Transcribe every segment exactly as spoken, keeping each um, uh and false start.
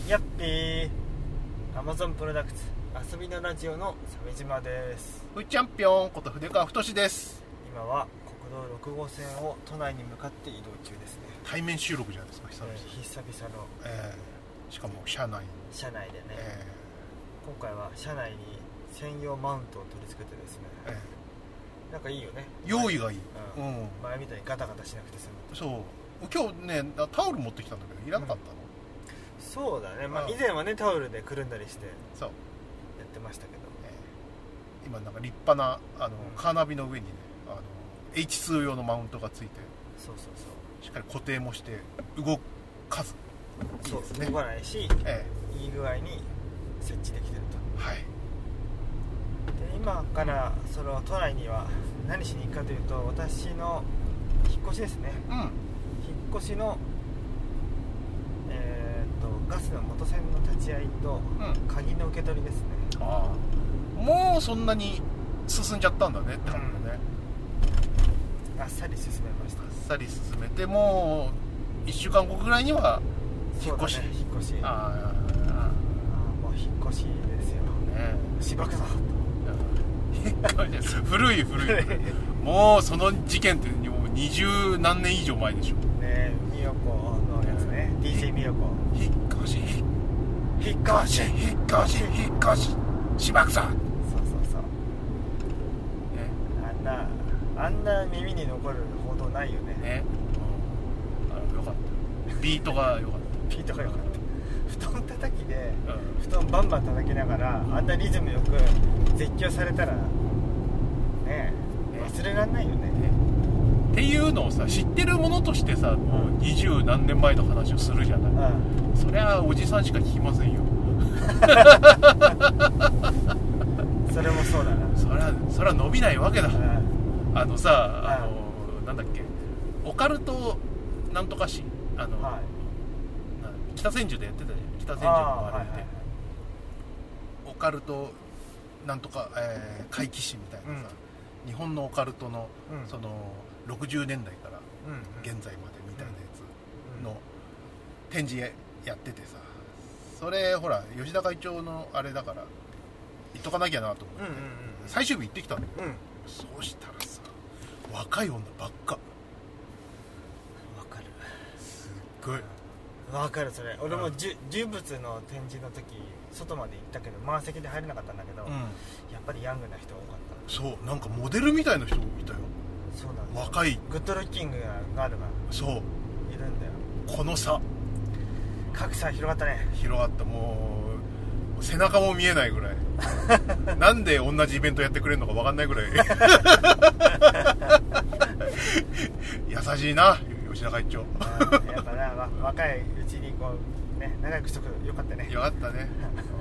やっぴー Amazon プロダクツ遊びのラジオの鮫島です。 ふいチャンピオンこと筆川太です。 今は国道ろく号線を都内に向かって移動中ですね。 対面収録じゃないですか、久々、 えー、久々の、 えー、しかも車内車内でね、 えー、今回は車内に専用マウントを取り付けてですね、えー、なんかいいよね、 用意がいい、 うん、 うん、 前みたいにガタガタしなくて済む。 そう今日ねタオル持ってきたんだけどいらなかったの、 うん、そうだね、まあ、以前はねタオルでくるんだりしてそうやってましたけど、 えー、今なんか立派なあの、うん、カーナビの上にねあの エイチツー 用のマウントがついて、 そうそうそうしっかり固定もして動かずいいですね、 そう動かないし、ええ、いい具合に設置できてると。はい。で今からその都内には何しに行くかというと、私の引っ越しですね、うん、引っ越しの、えー、っとガスの元栓の立ち会いと、うん、鍵の受け取りですね。 ああ、もうそんなに進んじゃったんだねって感じだね、 うん、あっさり進めました。 あっさり進めてもういっしゅうかんごぐらいには引っ越し、 そうだね、引っ越し、 ああもう引っ越しですよね。しばくぞ古い古いもうその事件ってもう二十何年以上前でしょね。美代子のやつね、 ディージェー 美代子引っ越し引っ越し引っ越し引っ越ししばくぞ。 そうそうそう、ね、あんなあんな耳に残る報道ないよね。 ね、うん、あよかったビートがよかったビートがよかった。布団叩きで、うん、布団バンバン叩きながらあんなリズムよく絶叫されたらね忘れらんないよね。ねっていうのをさ知ってるものとしてさ、もう二十何年前の話をするじゃない、うん、そりゃおじさんしか聞きませんよそれもそうだな。 そりゃそりゃ伸びないわけだ、うん、あのさ、うん、あのなんだっけオカルトなんとか誌あの、はい、北千住でやってたじゃん。北千住の周りで、はいはいはい、オカルトなんとか、えー、怪奇誌みたいなさ、うん、日本のオカルトの、うん、そのろくじゅうねんだいから現在までみたいなやつの展示やっててさ、それほら吉田会長のあれだから行っとかなきゃなと思って、うんうんうん、最終日行ってきたんだけど、うん、そうしたらさ若い女ばっか。 わかる、 すっごいわかる。それ俺も呪物の展示の時外まで行ったけど満席で入れなかったんだけど、うん、やっぱりヤングな人多かった。 そうなんかモデルみたいな人いたよ。 そうなんです。 若いグッドルッキングがあるがそういるんだよ。 この差格差広がったね。 広がった。もう背中も見えないぐらいなんで同じイベントやってくれるのか分かんないぐらい優しいな吉田会長やっぱな若いうちにこうね仲良くしとくよかったね。 よかったねね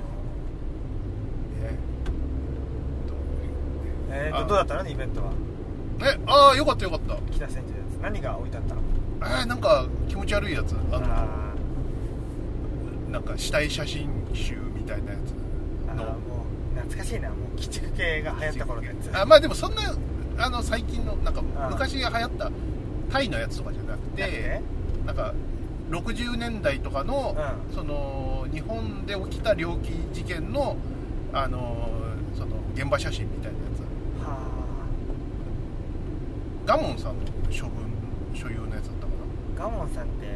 えーとどうだったのイベントは。 えああよかったよかった。 北千住のやつ何が置いてあったの。 えー、なんか気持ち悪いやつあのあなんか死体写真集みたいなやつの。 あもう懐かしいな。もう鬼畜系が流行った頃のやつ。 あまあでもそんなあの最近のなんか昔が流行ったタイのやつとかじゃなくて、なんかろくじゅうねんだいとかの、うん、その日本で起きた猟奇事件のあのその現場写真みたいなやつ。はあ。ガモンさんの処分所有のやつだったかな。ガモンさんって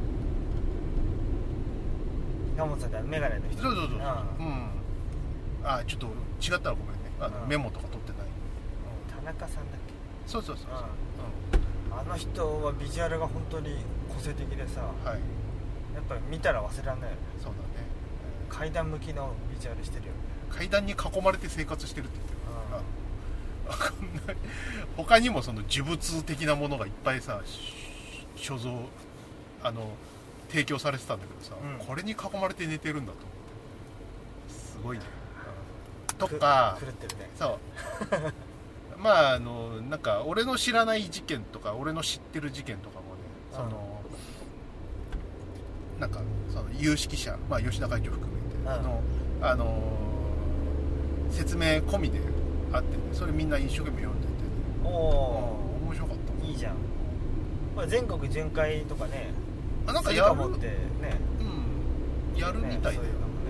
ガモンさんってメガネの人。 そうそうそう。ああ、うん。あちょっと違ったらごめんね。あの、うん、メモとか取ってない。 田中さんだっけ。 そうそうそうそう。 うん、あの人はビジュアルが本当に個性的でさ、はい、やっぱり見たら忘れられないよね。 そうだね。 階段向きのビジュアルしてるよね。 階段に囲まれて生活してるって言ってる。うん、他にもその呪物的なものがいっぱいさ所蔵あの提供されてたんだけどさ、うん、これに囲まれて寝てるんだと思ってすごいね、うん、とか狂ってるね。 そうまああのなんか俺の知らない事件とか俺の知ってる事件とかもね、その、うん、なんかその有識者、まあ、吉田会長含めて、うん、のあの説明込みであって、ね、それみんな一生懸命読んでて、ね、おお面白かった。 いいじゃん。まあ、全国巡回とかね、 あなんかやるかもってね、 うん、 やるみたいで、ね、そういうのもね、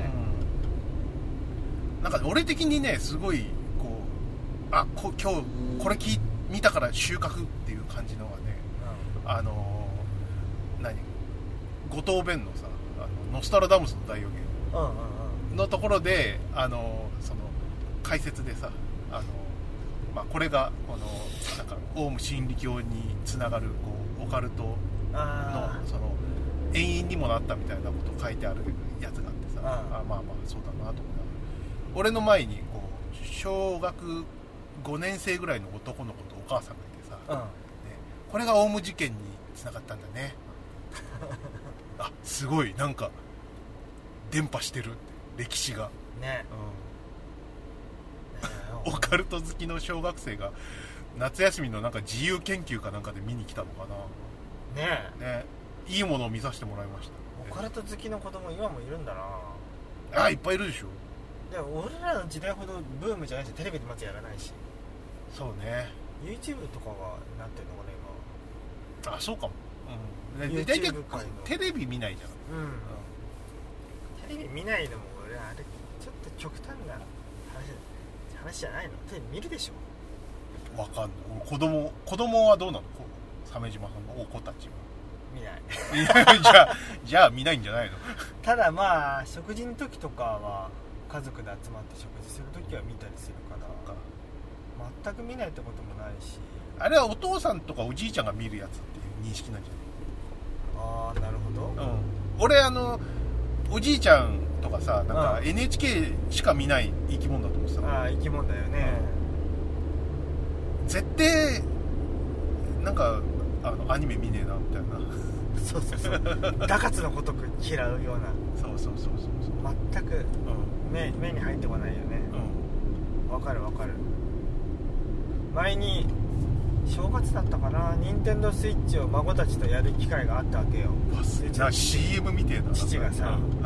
うん、なんか俺的にねすごいこうあこ今日これ聞見たから収穫っていう感じのがね、うん、あの何五島弁のさあのノスタラダムスの大予言のところであのその解説でさあの、まあ、これがこのなんかオウム真理教につながるこうオカルトのその遠因にもなったみたいなことを書いてあるやつがあってさ、ああまあまあそうだなと思いながら俺の前にこう小学ごねん生ぐらいの男の子とお母さんがいてさ、うんね、これがオウム事件につながったんだねあすごいなんか伝播してる歴史がね、うん、オカルト好きの小学生が夏休みのなんか自由研究かなんかで見に来たのかなねえねいいものを見させてもらいました。 オカルト好きの子供今もいるんだなあいっぱいいるでしょ。 でも俺らの時代ほどブームじゃないしテレビでまずやらないしそうね YouTube とかがなってるのかね今あそうかも、うん、大体テレビ見ないじゃん、うんうん、 テレビ見ないのも俺あれちょっと極端な話、話じゃないのテレビ見るでしょわかんない子供子供はどうなの鮫島さんのお子たちは見ないじゃあじゃあ見ないんじゃないのただまあ食事の時とかは家族で集まって食事する時は見たりするから全く見ないってこともないしあれはお父さんとかおじいちゃんが見るやつっていう認識なんじゃないああなるほど、 うん、俺あのおじいちゃんとかさなんか エヌエイチケー しか見ない生き物だと思ってた。 ああ生き物だよね、 うん、絶対なんかあのアニメ見ねえなみたいなそうそうそうダカツのごとく嫌うようなそうそうそうそう全く、うん、目, 目に入ってこないよねわ、うん、かるわかる前に正月だったかな任天堂スイッチを孫たちとやる機会があったわけよ。 な シーエム みてえな父がさ、うんはい、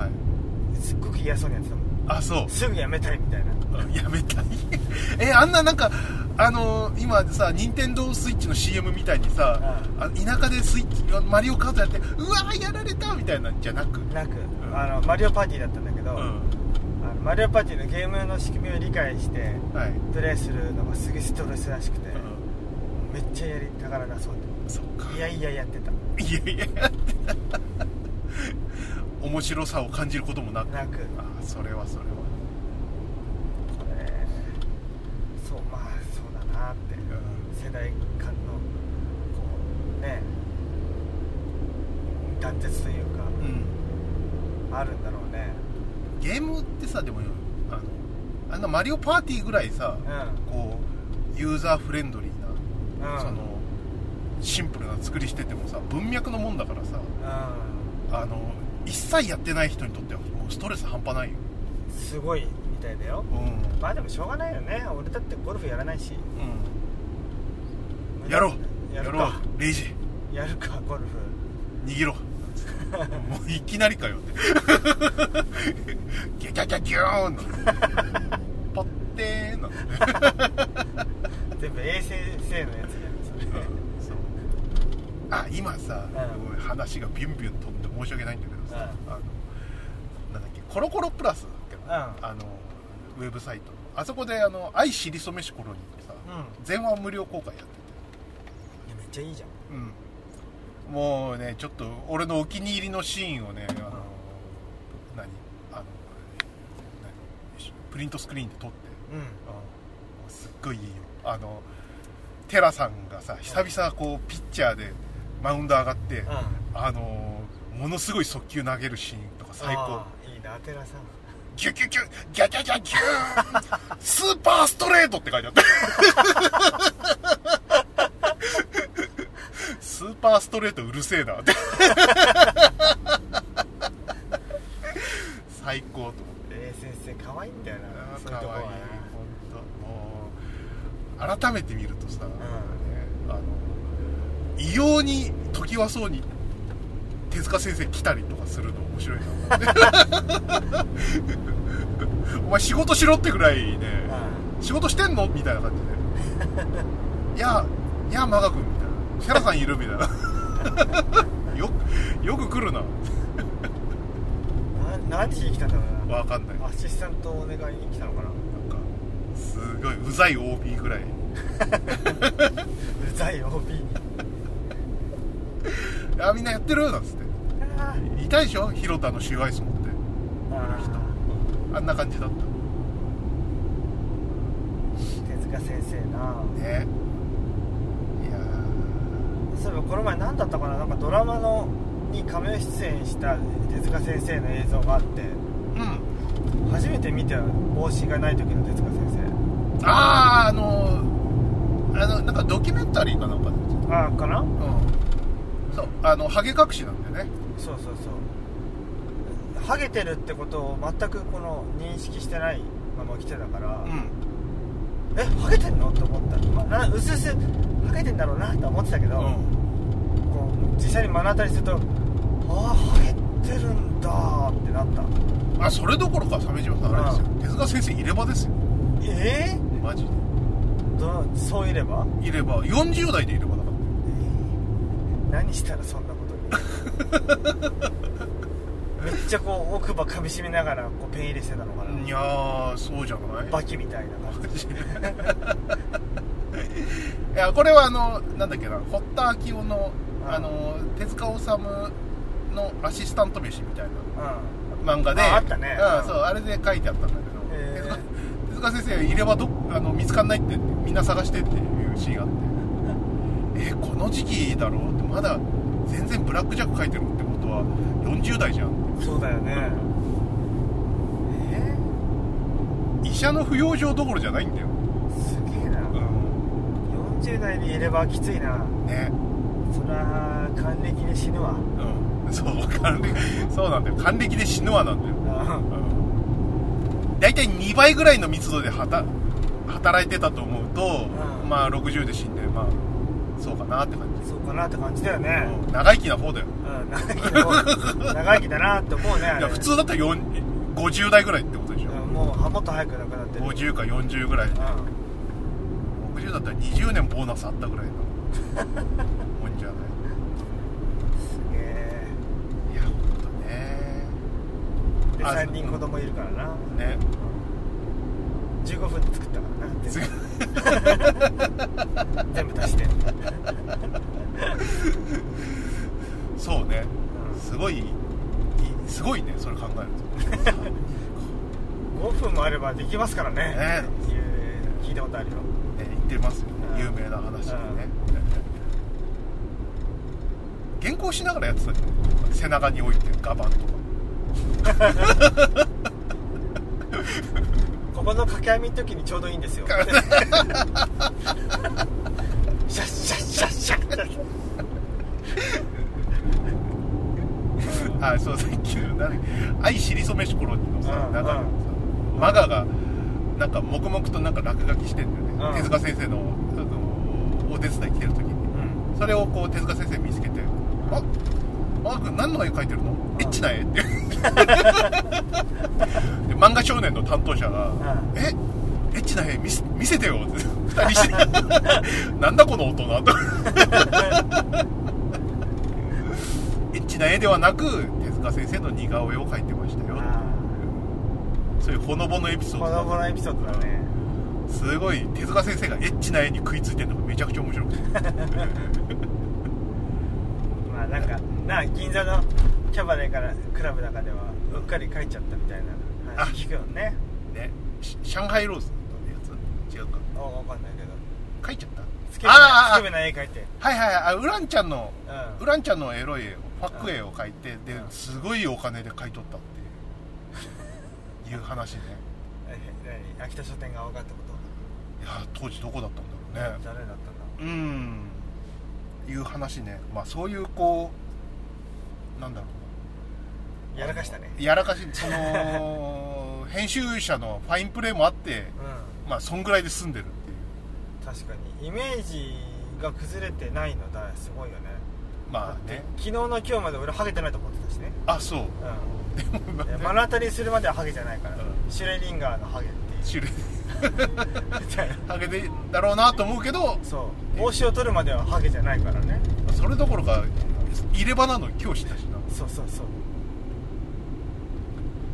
すっごく嫌そうにやってたもん。 あそうすぐやめたいみたいな、 うん、やめたいえあんななんかあのー、今さ任天堂スイッチの シーエム みたいにさ、うん、あ田舎でスイッチマリオカートやってうわーやられたみたいなんじゃなくなく、うん、あのマリオパーティーだったんだけど、うん、あのマリオパーティーのゲームの仕組みを理解して、はい、プレイするのがすげえストレスらしくて、うん、めっちゃやりたがらなそうでそっかいやいややってたいやいややってた面白さを感じることもなくなくあそれはそれはこれそうまあそうだなって、うん、世代間のこうね断絶というか、うん、あるんだろうね。 ゲームってさでもあのあんなマリオパーティーぐらいさ、うん、こうユーザーフレンドリーな、うん、そのシンプルな作りしててもさ文脈のもんだからさ、うん、あの一切やってない人にとってはもうストレス半端ないよ。 すごいみたいだよ、うん、まあでもしょうがないよね。俺だってゴルフやらないし、 うん、やろうやろうレイジやるかゴルフ逃げろもういきなりかよってギャギャギャギューンポッテーンなん全部衛生性のやつじゃんそれ、うん、 そうあ今さ、うん、話がビュンビュン飛んで申し訳ないんだけどさ、うん、あのなんだっけコロコロプラスだっけな、うん、あのウェブサイトあそこであの愛しりそめしコロニーってさ、うん、全話無料公開やってていやめっちゃいいじゃん、 うんもうねちょっと俺のお気に入りのシーンをねあの、うん、何あの何プリントスクリーンで撮って、うんうん、すっごいいいよ。あのテラさんがさ久々こうピッチャーでマウンド上がって、うん、あのものすごい速球投げるシーンとか最高。 いいなテラさん。 ギュギュギュギャギャギャギューンスーパーストレートって書いてあったスーパーストレートうるせえなって最高と思って。 レイ先生可愛いんだよな。 可愛い本当もう改めて見るとさ、うんね、あの異様に時はそうに手塚先生来たりとかするの面白いなお前仕事しろってぐらいね、うん、仕事してんのみたいな感じでいやいやマガ君みたいなキャラさんいるみたいなよ, よく来るな何時に来たんだろうな。 わかんない。 アシスタントお願いに来たのかな。 なんかすごいうざい オービー ぐらい。うざい オービー。 あ、みんなやってるなんつっていたでしょ、広田のシューアイス持って。ああんな感じだった。 手塚先生なね。いやそういえばこの前何だったかな、なんかドラマのにカメオ出演した手塚先生の映像があって、うん、初めて見た帽子がない時の手塚先生。 あああのあのなんかドキュメンタリーかなんかで、 ああかな、うん、 そうあのハゲ隠しなんだよね。 そうそうそう、ハゲてるってことを全くこの認識してないまま来てたから、うん、えハゲてんのって思った、まあ、うすうすハゲてんだろうなと思ってたけど、うん、こう実際に目の当たりすると、ああハゲてるんだってなった。 あ、それどころか鮫島さんあれですよ、手塚先生入れ歯ですよ。 ええー、 マジでどそういればいればよんじゅう代でいればだから、 えー、何したらそんなことにめっちゃこう奥歯噛みしめながらこうペン入れしてたのかな。 いやーそうじゃないバキみたいな感じいやこれはあのなんだっけな、堀田昭夫のあの手塚治虫のアシスタント飯みたいな漫画であ, あったね、 うん、そうあれで書いてあったんだけど、えー、手塚先生入れ歯どあの見つかんないってみんな探してっていうシーンがあってえー、この時期だろうってまだ全然ブラックジャック書いてるってことはよんじゅう代じゃん。 そうだよね、 えー、医者の不養生どころじゃないんだよ。 すげえな、うん、よんじゅう代にいればきついなね。そりゃ還暦で死ぬわ。 うん、そう還暦そうなんだよ、還暦で死ぬわなんだよ。だいたいにばいぐらいの密度ではた働いてたと思うと、うん、まあろくじゅうで死んで、まあそうかなって感じ。 そうかなって感じだよね、 うん、長生きな方だよ、 うん、長生きな方長生きだなって思うね。 いや普通だったらごじゅう代ぐらいってことでしょ、うん、 もうもっと早くなくなってる。 ごじゅうかよんじゅうぐらいで、うん、ろくじゅうだったらにじゅうねんボーナスあったぐらいのもんじゃない。 すげえ。 いやほんとね。 でさんにん子供いるからなね。 じゅうごふんで作ったからな全部足してそうね、うん、すごいすごいねそれ考えるとごふんもあればできますからね、 ね聞いたことあるよ、ね、 言ってますよ、ね、有名な話でね、うん、原稿しながらやってたじゃん、背中に置いてガバンとかここの掛け網の時にちょうどいいんですよシャッシャッシャッシャッあ、そうさっきの愛しりそめしコロニのさ、なんかマガがなんか黙々となんか落書きしてんだよね、手塚先生のお手伝い来てる時に、うん、それをこう手塚先生見つけて、あマガ君何の絵描いてるの、エッチな絵ってで漫画少年の担当者が、えエッチな絵 見せ, 見せてよってふたりしてなんだこの大人とエッチな絵ではなく手塚先生の似顔絵を描いてましたよ。そういうほのぼのエピソード、 ほのぼのエピソードだね。 すごい手塚先生がエッチな絵に食いついてるのがめちゃくちゃ面白くてまあなんかな銀座のキャバレーからクラブの中ではうっかり描いちゃったみたいな話聞くよね。 ね、上海ローズのやつ違うか、 あ、分かんないけど描いちゃった。 スケベなスケベな絵描いて、 はいはい、あウランちゃんの、うん、ウランちゃんのエロい絵をファック絵を描いて、うん、ですごいお金で買い取ったっていういう話ね。 何秋田書店が分かったこと。 いや当時どこだったんだろうね。 誰だったんだ。 うんいう話ね。まあそういうこうなんだろう、 やらかしたね。 やらかしその編集者のファインプレーもあって、うん、まあそんぐらいで済んでるっていう。 確かにイメージが崩れてないのだすごいよね。 まあね、 昨日の今日まで俺ハゲてないと思ってたしね。 あ、そう、 うん、でも目の当たりするまではハゲじゃないから、うん、シュレリンガーのハゲっていうシュレハゲでだろうなと思うけど、 そう帽子を取るまではハゲじゃないからね。 それどころか入れ歯なのに今日したしな。 そうそうそう。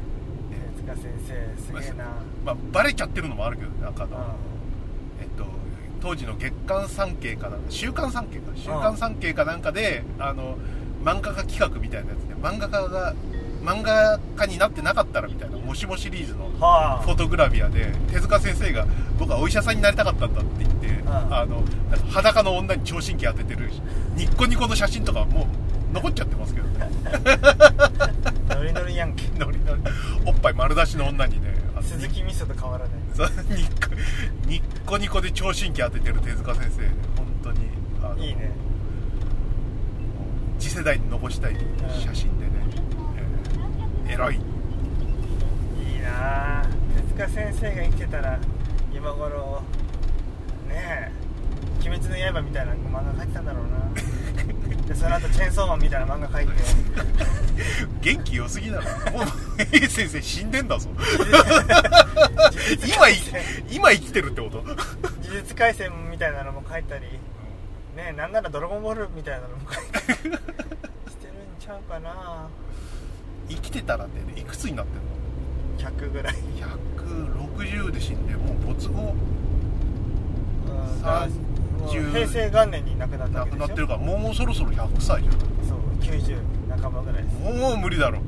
塚先生すげえな、 まあ、バレちゃってるのもあるけどね、なんかあの、 うん、 えっと当時の月刊産経かな、週刊産経か週刊産経かなんかで、うん、あの漫画家企画みたいなやつで、漫画家が漫画家になってなかったらみたいなもしもシリーズのフォトグラビアで、手塚先生が僕はお医者さんになりたかったんだって言って、うん、あのなんか裸の女に聴診器当ててるニッコニコの写真とかもう残っちゃってますけどねノリノリやんけノリノリおっぱい丸出しの女にね、 鈴木味噌と変わらないニッコニッコニコで聴診器当ててる手塚先生、本当にあのいいね、 次世代に残したい写真でね、うん、えー、偉い。 いいな手塚先生が生きてたら今頃ねえ鬼滅の刃みたいな漫画描いてたんだろうなでその後チェーンソーマンみたいな漫画描いて元気良すぎだろもうA先生死んでんだぞ今今生きてるってこと？ 呪術廻戦みたいなのも描いたり、うん、ねえなんならドラゴンボールみたいなのも描いたりしてるんちゃうかな。 生きてたらって、ね、いくつになってんの？ ひゃくぐらい。 ひゃくろくじゅうで死んでもう没後さんじゅう平成元年に亡くなったわけでしょ。 亡くなってるからもうそろそろひゃくさいじゃん。 そうきゅうじゅう半ばぐらいです。 もう無理だろ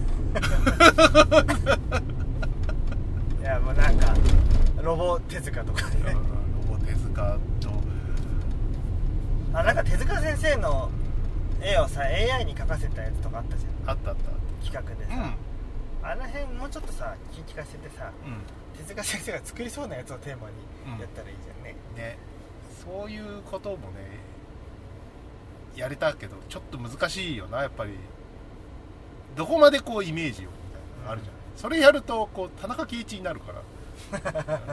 いやもうなんかロボ手塚とかねロボ手塚とあなんか手塚先生の絵をさ エーアイ に描かせたやつとかあったじゃん。 あったあった企画でさ、 うん、 あの辺もうちょっとさ聞かせてさ、 うん、 手塚先生が作りそうなやつをテーマにやったらいいじゃんね、 うん、ね、そういうこともねやれたけどちょっと難しいよな、やっぱりどこまでこうイメージをみたいなのあるじゃん、うん、それやるとこう田中圭一になるから、うんね、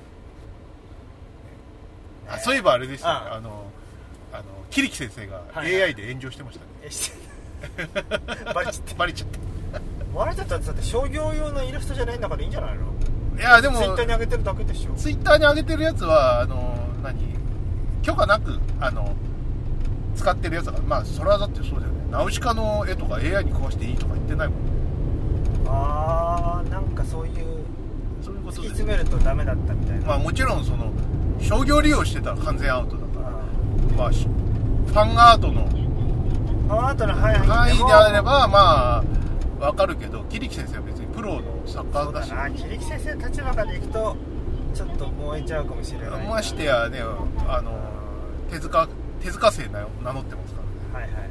あそういえばあれですよね、あのあの桐木先生が エーアイ で炎上してましたね、はいはい、 バレちゃったバレちゃったバレちゃったってだって商業用のイラストじゃないんだからいいんじゃないの。 いやでもツイッターに上げてるだけでしょ。 ツイッターに上げてるやつはあの何許可なくあの使ってるやつだから、まあそれはだってそうだよね。ナウシカの絵とか エーアイ に壊していいとか言ってないもんね。 あーなんかそういうそういうことで突き詰めるとダメだったみたいな。 まあもちろんその商業利用してたら完全アウトだから、まあファンアートのファンアートの範囲であればまあわかるけど、桐木先生は別にプロの作家だし、 そうだな、桐木先生の立場からいくとちょっと燃えちゃうかもしれない。 ましてやね、あの手塚手塚生名乗ってますからね。 はいはいはい、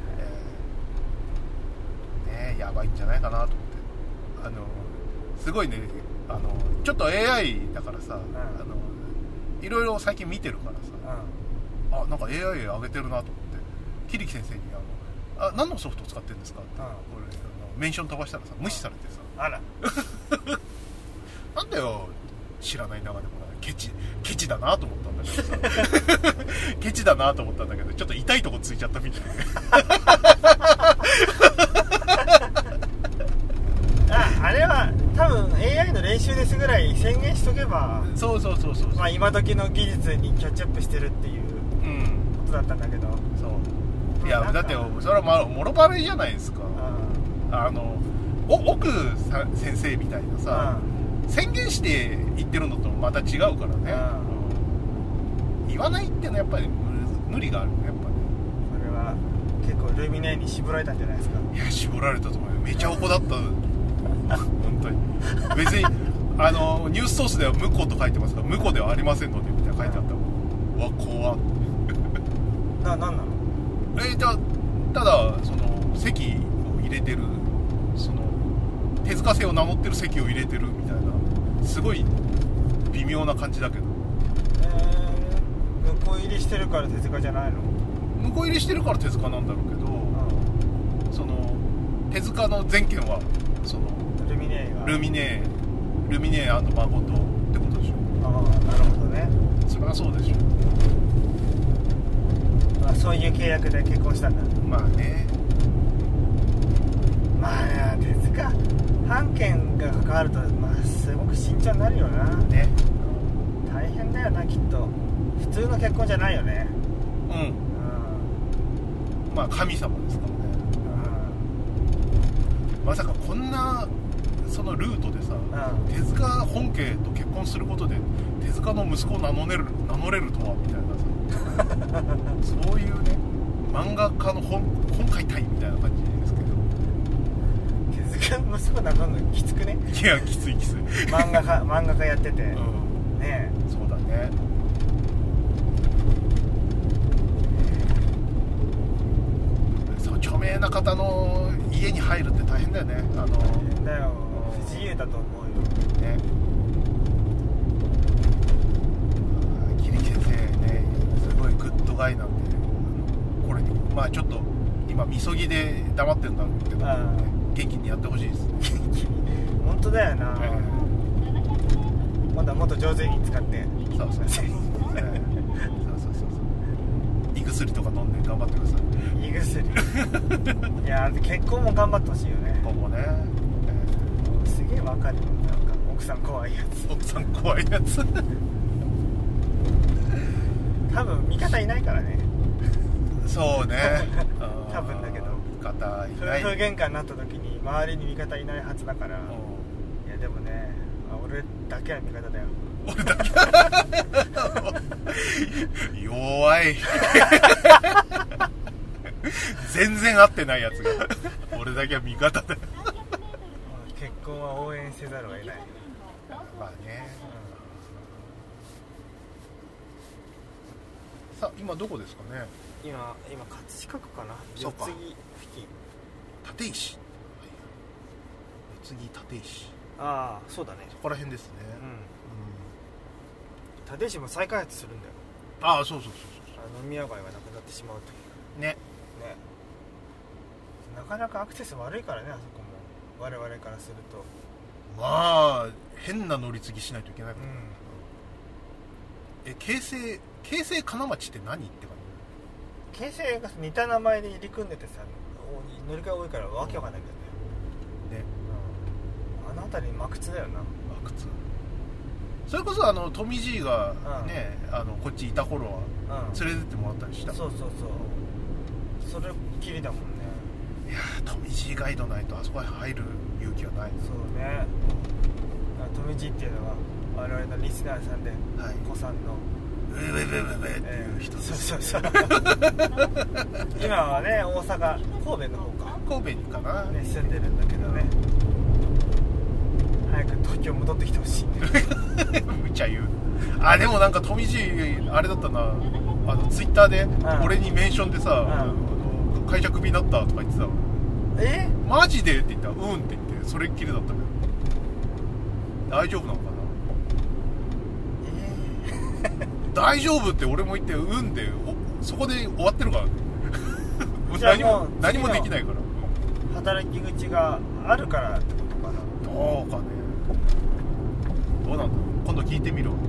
えー、ねやばいんじゃないかなと思って、あのすごいね、あのちょっと エーアイ だからさ、うん、あのいろいろ最近見てるからさ、うん、あなんか エーアイ 上げてるなと思って桐木先生にあのあ何のソフト使ってるんですかって、うん、俺メンション飛ばしたらさ無視されてさ、 あらなんだよ知らない中でもないケチケチだなと思ったんだけどさケチだなと思ったんだけどちょっと痛いとこついちゃったみたいなああれは多分 エーアイ の練習ですぐらい宣言しとけば、 そうそうそうそう、 まあ今時の技術にキャッチアップしてるっていうことだったんだけど、うん、 そういやだってそれはまあもろバレじゃないですか。あの奥先生みたいなさ、うん、宣言して言ってるのとまた違うからね、うん、言わないってのはやっぱり無理があるね、やっぱね。 それは結構ルミネに絞られたんじゃないですか。 いや絞られたと思うよ、めちゃおこだった本当に別にあのニュースソースでは「婿」と書いてますから「婿ではありませんので」みたいな書いてあったもん。うわ怖っな、なんなの。 えー、じゃただその席を入れてる、その手塚姓を名乗ってる席を入れてるみたいな、すごい微妙な感じだけど、 えー、向こう入りしてるから手塚じゃないの。 向こう入りしてるから手塚なんだろうけど、うん、その手塚の全権はそのルミネがルミネルミネ&誠ってことでしょ。 ああなるほどね。 そりゃそうでしょ。 あ、そういう契約で結婚したんだ。 まあね、 まあ手塚版権が関わると、まあ、すごく慎重になるよな、 ね、 大変だよなきっと。普通の結婚じゃないよね。 うん、うん、まあ神様ですからね、うん、まさかこんなそのルートでさ、 うん、 手塚本家と結婚することで手塚の息子を名乗れる名乗れるとはみたいなさそういうね漫画家の本本書いたいみたいな感じですけど、 手塚の息子名乗るのきつくね。 いやきついきつい漫画家漫画家やってて、 うん、 ねえそうだね。そう著名な方の家に入るって大変だよね。あの大変だよ、不自由だと思うよね。桐木先生ねすごいグッドガイなんで、これまあちょっと今みそぎで黙ってるんだろうけど、ね、元気にやってほしいですね。 本当だよな、 えー、まだもっと上手に使ってそうそうそう、えー、そうそうそうそう胃薬とか飲んで頑張ってください。 胃薬いや結婚も頑張ってほしいよね。 今後ね、 えー、すげえわかる。なんか奥さん怖いやつ奥さん怖いやつ多分味方いないからね。 そうね多分だけど味方いない。 夫婦喧嘩になった時に周りに味方いないはずだから。いやでもね、俺だけは味方だよ。 俺だけ弱い全然合ってないやつが俺だけは味方だよ結婚は応援せざるを得ない。 まあね、うん、さあ今どこですかね。 今今葛飾区かな。 そうか、 四つ木付近。 立石、四つ木立石、 ああそうだね、 そこら辺ですね。 うん、うん、立石も再開発するんだよ。 ああそうそうそうそう、 あの飲み屋街がなくなってしまうというね。 ね、なかなかアクセス悪いからね、あそこも我々からすると。 まあ変な乗り継ぎしないといけないから、 うん、 え京成京成金町って何って感京成が似た名前で入り組んでてさ、乗り換え多いからわけわかんないけどね、 ね、 うん、あの辺り真靴だよな。 真靴。それこそあの富士がね、うん、あのこっちいた頃は連れてってもらったりした、うん、 そうそうそう、それっきりだもんね。 いやー富士ガイドないとあそこに入る勇気はない。 そうね、富士っていうのは我々のリスナーさんで、はい、子さんのウェウェウェウェウェっていう人です、 えー、そうそうそう今はね大阪神戸の方か神戸にかな、 ね、住んでるんだけどね、早く東京戻ってきてほしいむちゃ言う。あでもなんか富士あれだったな、あのツイッターで俺にメンションでさ、うん、あの会社クビになったとか言ってた。 えマジでって言ったらうんって言ってそれっきりだったけど大丈夫なのかな。えー、大丈夫って俺も言ってうんでそこで終わってるからね何も何もできないから。 働き口があるからってことかな。 どうかね、どうなんだろう、今度聞いてみろ。うん、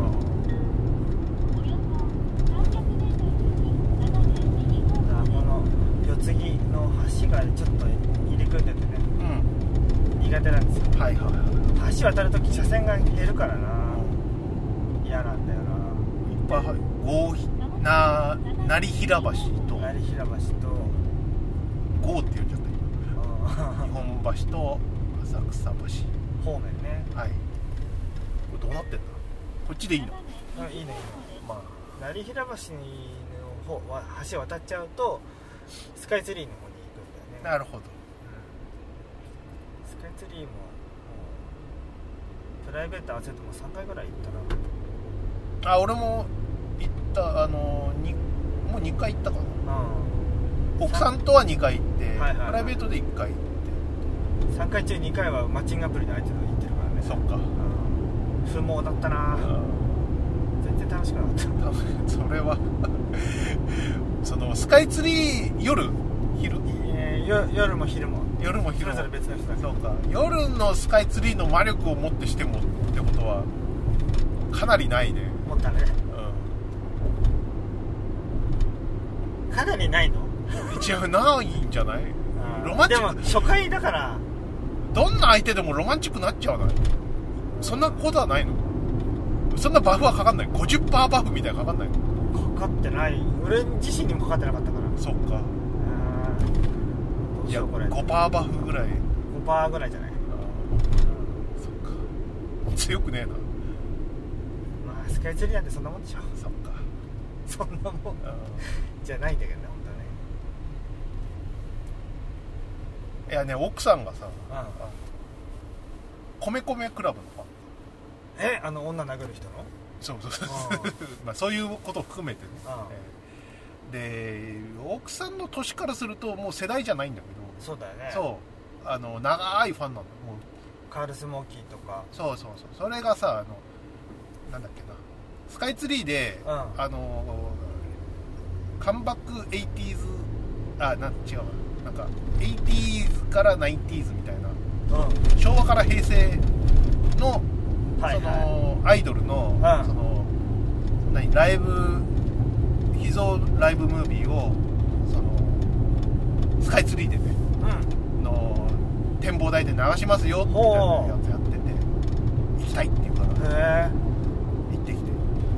この四つ木の橋がちょっと入り組んでてね、うん、苦手なんですよ。はいはいはい。橋渡るとき車線が減るからな、うん、嫌なんだよな。 いっぱい郷な成平橋と成平橋と郷って言っちゃった今日本橋と浅草橋方面ね。 はい。これどうなってんだ。こっちでいいの。 あいいねいいね。まあ成平橋の方は橋を渡っちゃうとスカイツリーの方に行くんだよね。 なるほど、うん、 スカイツリーも、もうプライベート合わせてもさんかいぐらい行ったな。 あ俺も行った。あのにもうにかい行ったかな、うん、奥さんとはにかい行って、はいはいはい、プライベートでいっかい行ってさんかい中にかいはマッチングアプリで相手と行ってるからね。 そっか、 うん、不毛だったな、うん、全然楽しくなかったそれはそのスカイツリー夜昼、 えー、夜も昼も夜も昼もそれぞれ別の人だけど。そうか、 夜のスカイツリーの魔力をもってしてもってことはかなりないね。 思ったね、うん、かなりないの一応ないんじゃない。ロマンチック。 でも初回だからどんな相手でもロマンチックになっちゃわない。そんなことはないの。そんなバフはかかんない。 ごじゅっパーセント バフみたいなかかんないの。 かかってない。俺自身にもかかってなかったから。 そっか。 どうしようこれ。 ごパーセント バフぐらい。 ごパーセント ぐらいじゃない。 強くねえな。 まあスカイツリーなんてそんなもんでしょ。 そっか、 そんなもんじゃないんだけどね、本当ね。 いやね、奥さんがさ、 うんうん、 米米クラブのファン。え、あの女殴る人の？ そうそうそうまあそういうことを含めてね、えー、で奥さんの年からするともう世代じゃないんだけど、 そうだよね、 そうあの長いファンなんだよ。もうカールスモーキーとか、 そうそうそう、それがさ、あのなんだっけな、スカイツリーで、うん、あのカムバックエイティーズ、あ、なん違うわ、なんかエイティーズからナインティーズみたいな、うん、昭和から平成のはいはい、そのアイドルの、うん、その何ライブ秘蔵ライブムービーをそのスカイツリーでね、うん、の展望台で流しますよみたいなやつやってて、行きたいっていうから行ってきて、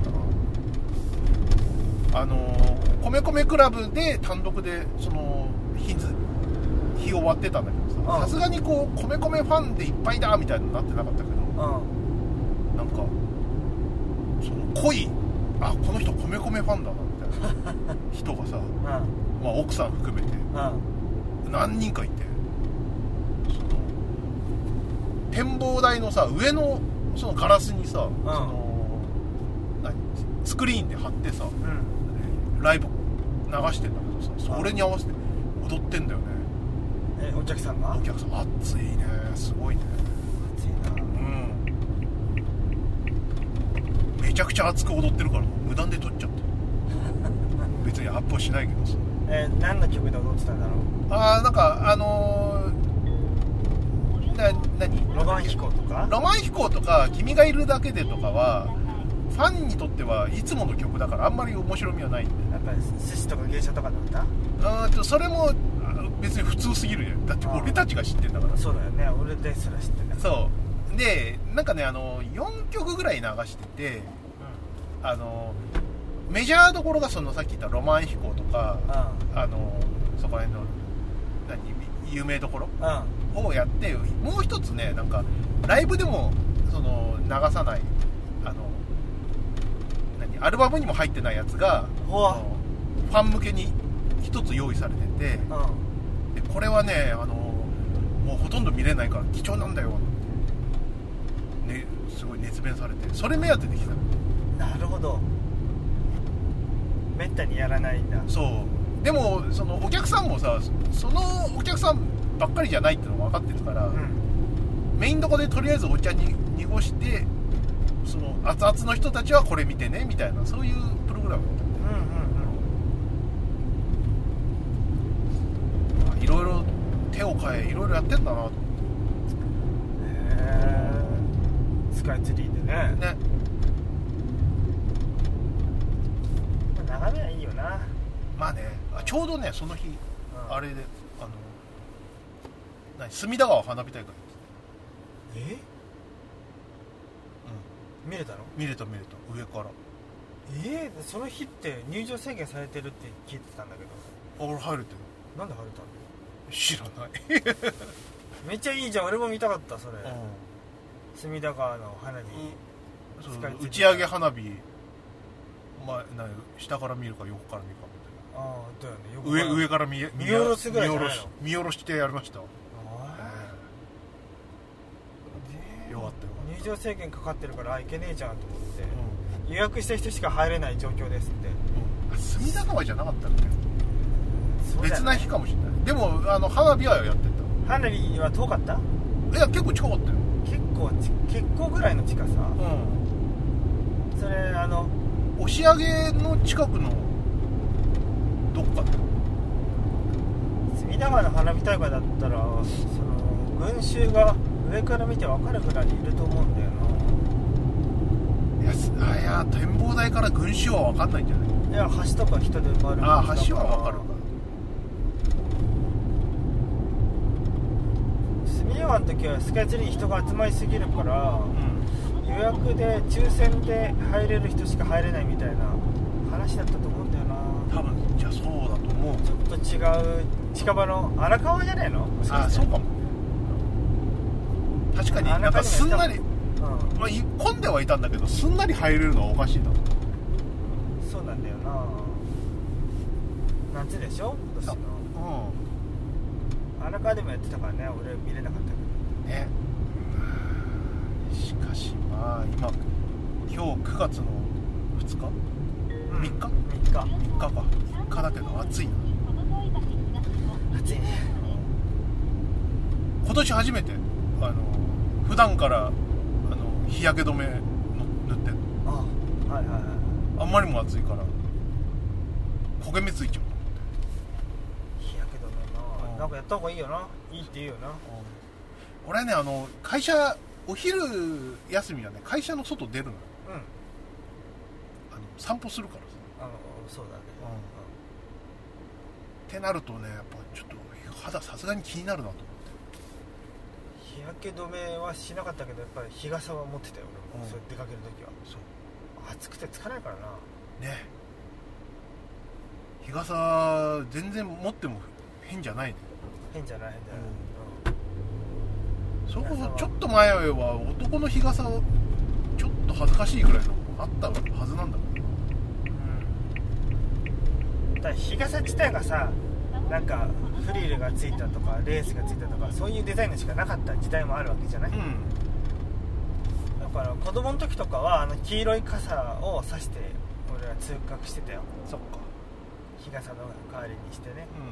あの米米クラブで単独でその日日終わってたんだけどさ、さすがにこう米米ファンでいっぱいだみたいになってなかったけど、うんなんかその濃い、あ、この人米米ファンだなみたいな人がさ、うんまあ、奥さん含めて何人かいて、その展望台のさ上のそのガラスにさ、うん、その何スクリーンで貼ってさ、うん、ライブ流してんだけどさ、それに合わせて踊ってんだよね。 え、お客さんが？ お客さん熱いね、すごいね、 熱いな。 めちゃくちゃ熱く踊ってるからもう無断で撮っちゃった別にアップはしないけどさ。 えー、何の曲で踊ってたんだろう。 あーなんかあのー、な何ロマン飛行とかロマン飛行とか君がいるだけでとかはファンにとってはいつもの曲だからあんまり面白みはないんで、 やっぱり寿司とか芸者とかだったあーとそれも別に普通すぎるよ。だって俺たちが知ってんだから。 そうだよね、俺ですら知ってんだから。 そうでなんかね、あのよんきょくぐらい流してて、うん、あのメジャーどころがそのさっき言ったロマン飛行とか、うん、あのそこら辺の何有名どころをやって、うん、もう一つね、なんかライブでもその流さないあの何アルバムにも入ってないやつがファン向けに一つ用意されてて、うん、でこれはね、あのもうほとんど見れないから貴重なんだよね、すごい熱弁されて、それ目当てで来た。 なるほど、めったにやらないんだ。 そうでもそのお客さんもさ、そのお客さんばっかりじゃないってのも分かってるから、うん、メインどこでとりあえずお茶に濁して、その熱々の人たちはこれ見てねみたいな、そういうプログラムだったんで、うんうんうん、いろいろ手を変えいろいろやってんだなと思って。 スカイツリーでね。ね。まあ、眺めはいいよな。 まあね、ちょうどねその日、うん、あれであの何隅田川花火大会。 え？うん。見れたの？ 見れた見れた上から。 えー、その日って入場制限されてるって聞いてたんだけど。 あ、俺入るって。 なんで入れたの？ 知らない。 めっちゃいいじゃん、俺も見たかったそれ。うん、隅田川の花火、 うん、打ち上げ花火、まあ、な下から見るか横から見るかみたいな。ああ、だよね、横から上上から見見見下ろすぐらいじゃないの？ 見下ろしてやりました。あー、よかったよ。入場制限かかってるからいけねえじゃんと思って、うん、予約した人しか入れない状況ですって、 うん、隅田川じゃなかったんだよ。別な日かもしれない。でもあの花火はやってた。花火は遠かった？ いや結構近かったよ。 結構結構ぐらいの近さ。うん。それあの押上の近くのどっかで。 隅田川の花火大会だったらその群衆が上から見て分かるぐらいいると思うんだよな。いや、いや展望台から群衆は分かんないんじゃない？ いや橋とか人で埋まる。 ああ、橋は分かるか。 隅田川の時はスカイツリーに人が集まりすぎるから、うん、予約で抽選で入れる人しか入れないみたいな話だったと思うんだよな。 多分じゃあそうだと思う。 ちょっと違う近場の荒川じゃないの？ ああ、そうかも。確かになんかすんなりうん、まあ、混んではいたんだけどすんなり入れるのはおかしいな。 そうなんだよな。夏でしょ今年の。うん。荒川でもやってたからね、俺見れなかったけどね。しかしまあ今今日くがつのふつか、うん、みっかみっかみっかかみっかだけど暑いな。 暑いね。 今年初めてあの普段からあの日焼け止めの塗ってんの。 あ、はいはいはい。 あんまりも暑いから焦げ目ついちゃう。 日焼け止めな、なんかやった方がいいよな。いいって言うよな。 俺ね、あの会社お昼休みはね会社の外出るのよ。うん。あの散歩するからさ。 あのそうだね。 うん。ってなるとね、やっぱちょっと肌さすがに気になるなと思って。 日焼け止めはしなかったけどやっぱり日傘は持ってたよ俺も、うん、それ出かけるときは。そう暑くてつかないからなね。日傘全然持っても変じゃないね。 変じゃない変じゃない、 うんうん、それこそちょっと前は男の日傘をちょっと恥ずかしいくらいのあったはずなんだけど、 うん、だから日傘自体がさなんかフリルがついたとかレースがついたとかそういうデザインのしかなかった時代もあるわけじゃない、うん、だから子供の時とかはあの黄色い傘を差して俺は通学してたよ。 そっか。 日傘の代わりにしてね、うん、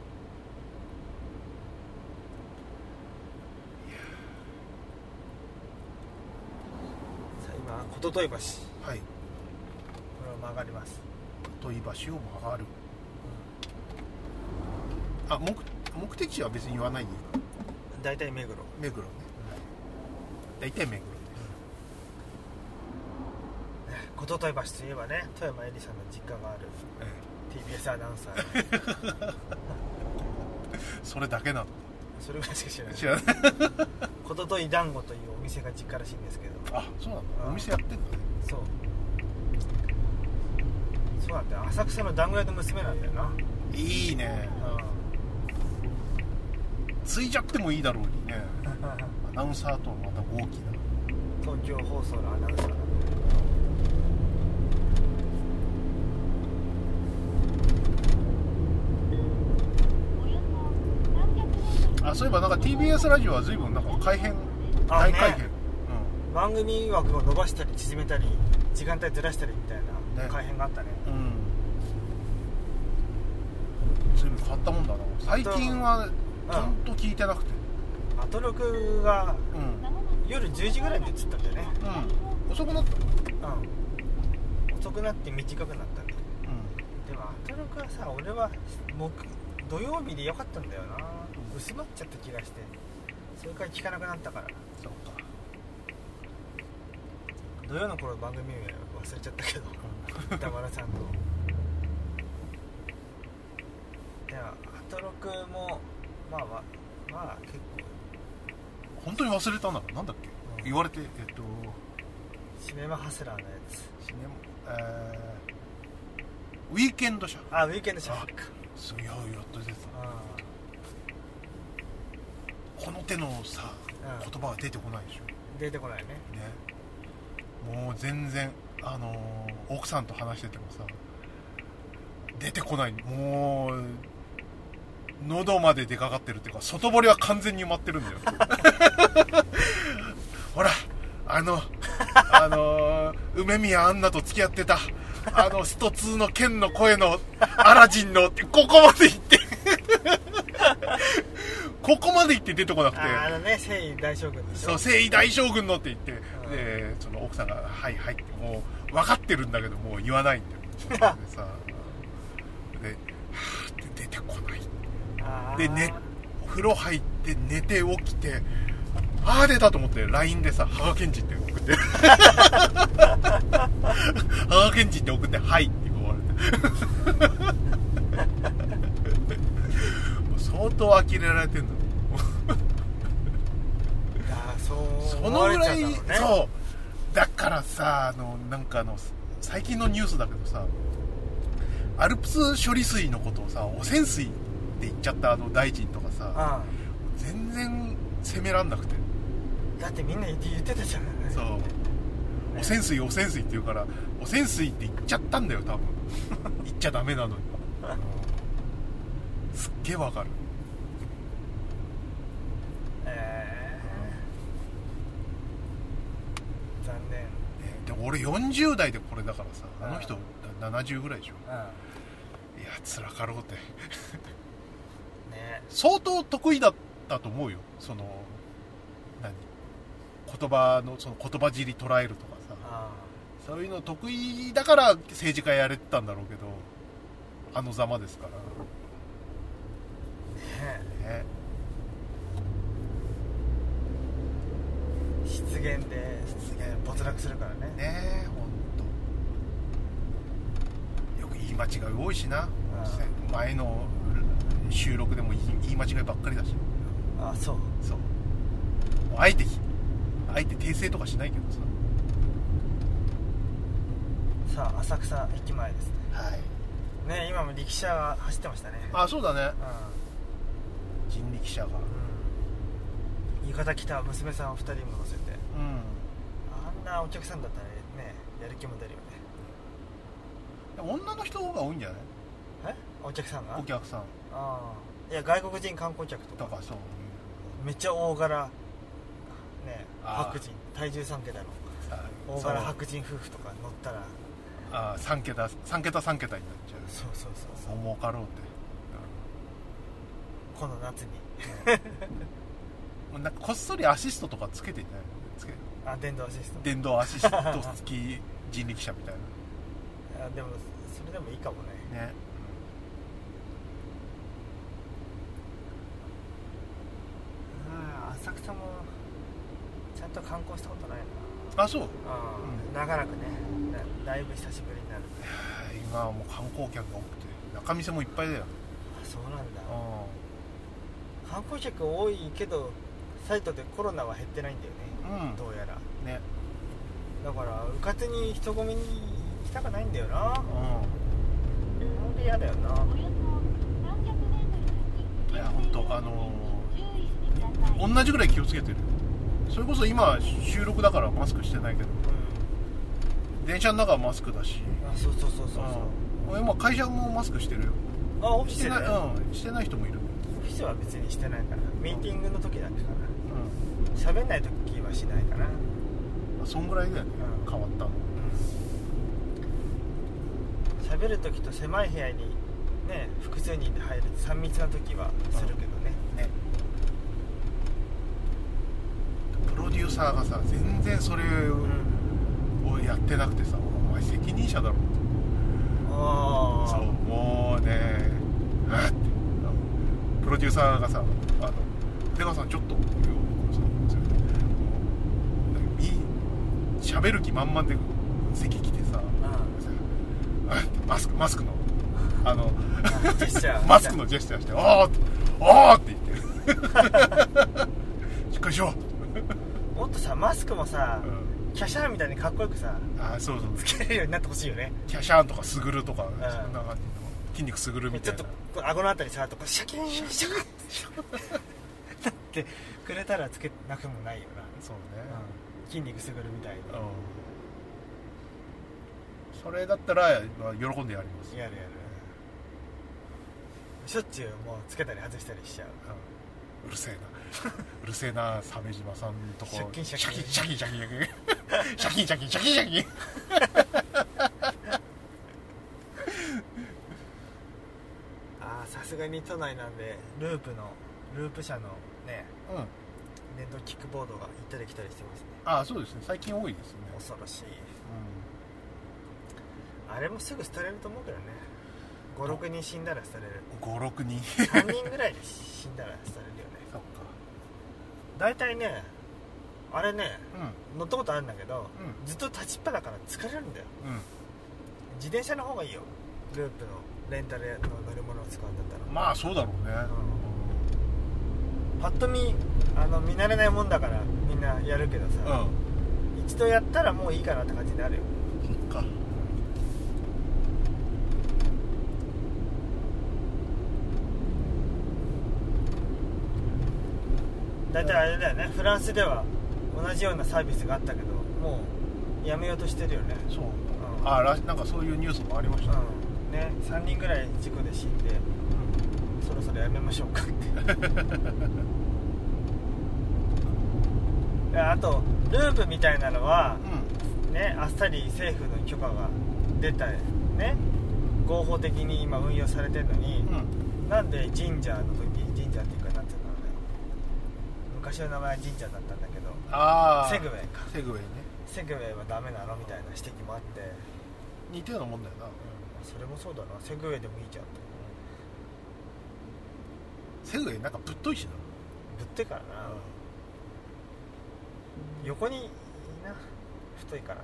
さあ今琴戸橋、はい、これを曲がります。 琴戸橋を曲がる、うん、あ 目, 目的地は別に言わないでいいか。 大体目黒目黒ね、大体目黒です。 琴戸橋といえばね富山えりさんの実家がある、ええティービーエス アナウンサーそれだけなの。 それぐらいしか知らない。 知らないこととい団子というお店が実家らしいんですけど。 あ、そうなの。お店やってんのね。 そうそうなんだよ。浅草の団子屋の娘なんだよな。 いいね、うん、継いじゃってもいいだろうにねアナウンサーとはまた大きな東京放送のアナウンサー。 あ、そういえばなんか ティービーエス ラジオは随分なんか改編、大改編、ね、 うん、番組枠を伸ばしたり縮めたり時間帯ずらしたりみたいな改編があったね。うん、 随分変わったもんだな。最近はちゃんと聞いてなくて、 うん、アトロクが、うん、夜じゅうじぐらいに映ったんだよね、 うん、遅くなった。 うん、遅くなって短くなったんだ、うん、でもアトロクはさ俺は木土曜日でよかったんだよな。薄まっちゃった気がしてそれから聞かなくなったから。そうか。土曜の頃番組名忘れちゃったけど歌丸さんといやアトロクもまあまあまあ結構本当に忘れたんだろ。なんだっけ、うん、言われてえっとシネマハスラーのやつシネマ、えー、ウィーケンドシャフ。 あウィーケンドシャフそういややっと出てた。この手のさ、うん、言葉が出てこないでしょ。 出てこないね。 ね、もう全然あのー、奥さんと話しててもさ出てこない。もう喉まで出かかってるっていうか外堀は完全に埋まってるんだよほらあのあのー、梅宮アンナと付き合ってたあのストツーの剣の声のアラジンのってここまで行ってここまで行って出てこなくて、 あのね、征夷大将軍でしょ。 そう、征夷大将軍のって言って、うん、でその奥さんがはいはいってもう分かってるんだけどもう言わないんだよでさで、はぁって出てこないで、ね、風呂入って寝て起きてああ出たと思って ライン でさ羽賀健二って送って羽賀健二って送ってはいって言われて相当呆れられてんの。 いやそうそのぐらい、 ね、 そうだからさあのなんかあの最近のニュースだけどさアルプス処理水のことをさ汚染水って言っちゃったあの大臣とかさ、ああ全然責めらんなくてだってみんな言ってたじゃん。 そう、汚染水汚染水って言うから汚染水って言っちゃったんだよ多分言っちゃダメなのにすっげえわかる。 えー、残念、 ね、でも俺よんじゅう代でこれだからさ、あの人ななじゅうぐらいでしょ。いや辛かろうってね、相当得意だったと思うよ、その何言葉のその言葉尻捉えるとかさ、あそういうの得意だから政治家やれてたんだろうけど、あのざまですからね。ね、 失言で失言没落するからね。 ねえ、ほんとよく言い間違い多いしな。前の収録でも言い間違いばっかりだし。 ああ、そうそう、もうあえてあえて訂正とかしないけどさ。さあ浅草駅前ですね。 はいね、今も力車が走ってましたね。 あ、そうだね、うん、人力車が、 うん、浴衣着た娘さんをふたりも乗せて、 うん、 あんなお客さんだったらね、やる気も出るよね。女の人が多いんじゃない？ え？お客さんが？ お客さん。 ああ、いや外国人観光客とか。 とかそう。 めっちゃ大柄ね、白人体重さんけたの大柄白人夫婦とか乗ったら、 ああ、さんけたさんけたさんけたになっちゃう。 そうそうそうそう。 儲かろうって、 うん、この夏にもうなんかこっそりアシストとかつけてんじゃないの？つける。 あ、電動アシスト。 電動アシスト付き人力車みたいな。あ、でもそれでもいいかもね。 ね。 浅草もちゃんと観光したことないな。 あ、そう。 あ、うん、長らくね、だいぶ久しぶりになる。 今はもう観光客が多くて仲見世もいっぱいだよ。 あ、そうなんだ。観光客多いけどサイトでコロナは減ってないんだよね、うん、どうやらね。 だからうかつに人混みに行きたくないんだよな。うん、ほんで嫌だよな。 いや、ほんとあのー、同じぐらい気をつけてる。それこそ今収録だからマスクしてないけど、うん、電車の中はマスクだし。 あ、そうそうそうそうそう、 うん、今会社もマスクしてるよ。 あ、オフィスで、ね、 してない、うん、してない人もいる。 オフィスは別にしてないから、ミーティングの時だけかな。喋、うん、んない時はしないかな。 あ、そんぐらいだよね、うん、変わったの。 喋、うん、る時と狭い部屋にね、複数人で入るさん密な時はするけどね、うん、ね。 プロデューサーがさ、全然それをやってなくてさ、お前責任者だろ。ああ、そう、もうね、あって、プロデューサーがさ、あの出川さんちょっと喋る気満々で席来てさ、ああマスクマスクのあのジェスチャーマスクのジェスチャーして、ああああって言ってしっかりしろ。 もっとさ、マスクもさ、うん、キャシャーンみたいにかっこよくさ、 あ、そうそう、 つけれるようになってほしいよね。 キャシャーンとかスグルとか、うん、そんな感じの筋肉スグルみたいな、 ちょっと顎のあたり触るとシャキーンシャキーンなってくれたらつけなくもないよな。 そうね、 うん、筋肉スグルみたいに、うん、 それだったら喜んでやります。 やるやる。しょっちゅうもうつけたり外したりしちゃう、 うん、うるせえなうるせえな、鮫島さんとこシャキンシャキンシャキンシャキンシャキンシャキンシャキンシャキンシャキンああ、さすがに都内なんでループのループ車のね、うん、電動キックボードが行ったり来たりしてますね。 ああ、そうですね、最近多いですね。 恐ろしい、うん、あれもすぐ廃れると思うけどね。ご、ろくにん死んだら廃れる。 ご、ろくにんさんにんぐらいで死んだら廃れるよね。 そっか。 大体ね、あれね、うん、乗ったことあるんだけど、 うん、 ずっと立ちっぱだから疲れるんだよ、うん、自転車の方がいいよ、ループのレンタルの乗り物を使うんだったら。 まあそうだろうね、 うん、パッと見あの見慣れないもんだからみんなやるけどさ、うん、一度やったらもういいかなって感じになるよ。 そっか。 だいたいあれだよね、フランスでは同じようなサービスがあったけどもうやめようとしてるよね。 そう、うん、あら、なんかそういうニュースもありましたね、 うん、ね、さんにんぐらい事故で死んで、うん、そろそろやめましょうかってあとループみたいなのは、うん、ね、あっさり政府の許可が出たね、合法的に今運用されてるのに、うん、なんで神社の時、神社っていうかなんていうのね、昔の名前は神社だったんだけど、 あセグウェイか、 セグウェイね、 セグウェイはダメなのみたいな指摘もあって、 似たようなもんだよな、うん、 それもそうだな、セグウェイでもいいじゃんって。 セグウェイなんかぶっといしな、 ぶってからな、うん、横にいいな、太いからな、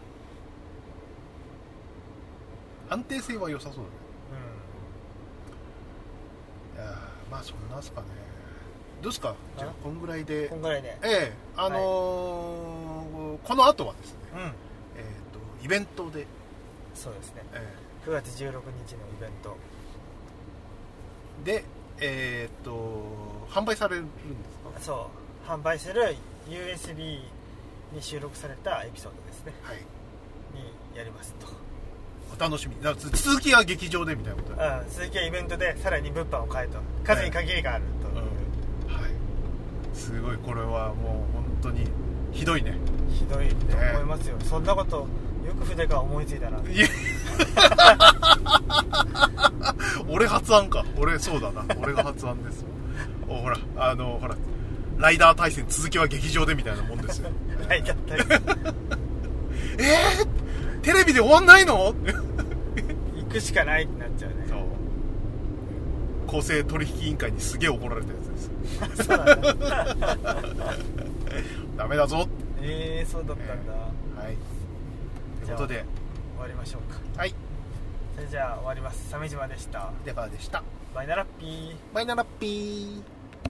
うん、安定性は良さそうだね、 うん、 いやまあそんなっすかね。どうですか、じゃあこんぐらいで、 こんぐらいで、 ええあのーはい、この後はですね、うん、えー、とイベントで、 そうですね、 えー、くがつじゅうろくにちのイベントで、えー、と販売されるんですか。 そう、販売する ユーエスビー に収録されたエピソードですね、 はい、 にやりますと。 お楽しみ。だから続きは劇場でみたいなこと、 うん、続きはイベントでさらに物販を買えと、数に限りがあると、はい、 うんはい、すごい、これはもう本当にひどいね、 ひどいと思いますよ、ね、そんなことよく筆が思いついたな。いや俺発案か、俺そうだな、俺が発案ですおほら、あのほらライダー対戦続きは劇場でみたいなもんですよライダー対戦えー、テレビで終わんないの行くしかないってなっちゃうね。 そう、公正取引委員会にすげえ怒られたやつですそうなんだダメだぞ。 えー、そうだったんだ、 えー、はい、ということで終わりましょうか。 はい、 それじゃあ終わります。鮫島でした。 出川でした。 バイナラッピー。 バイナラッピー。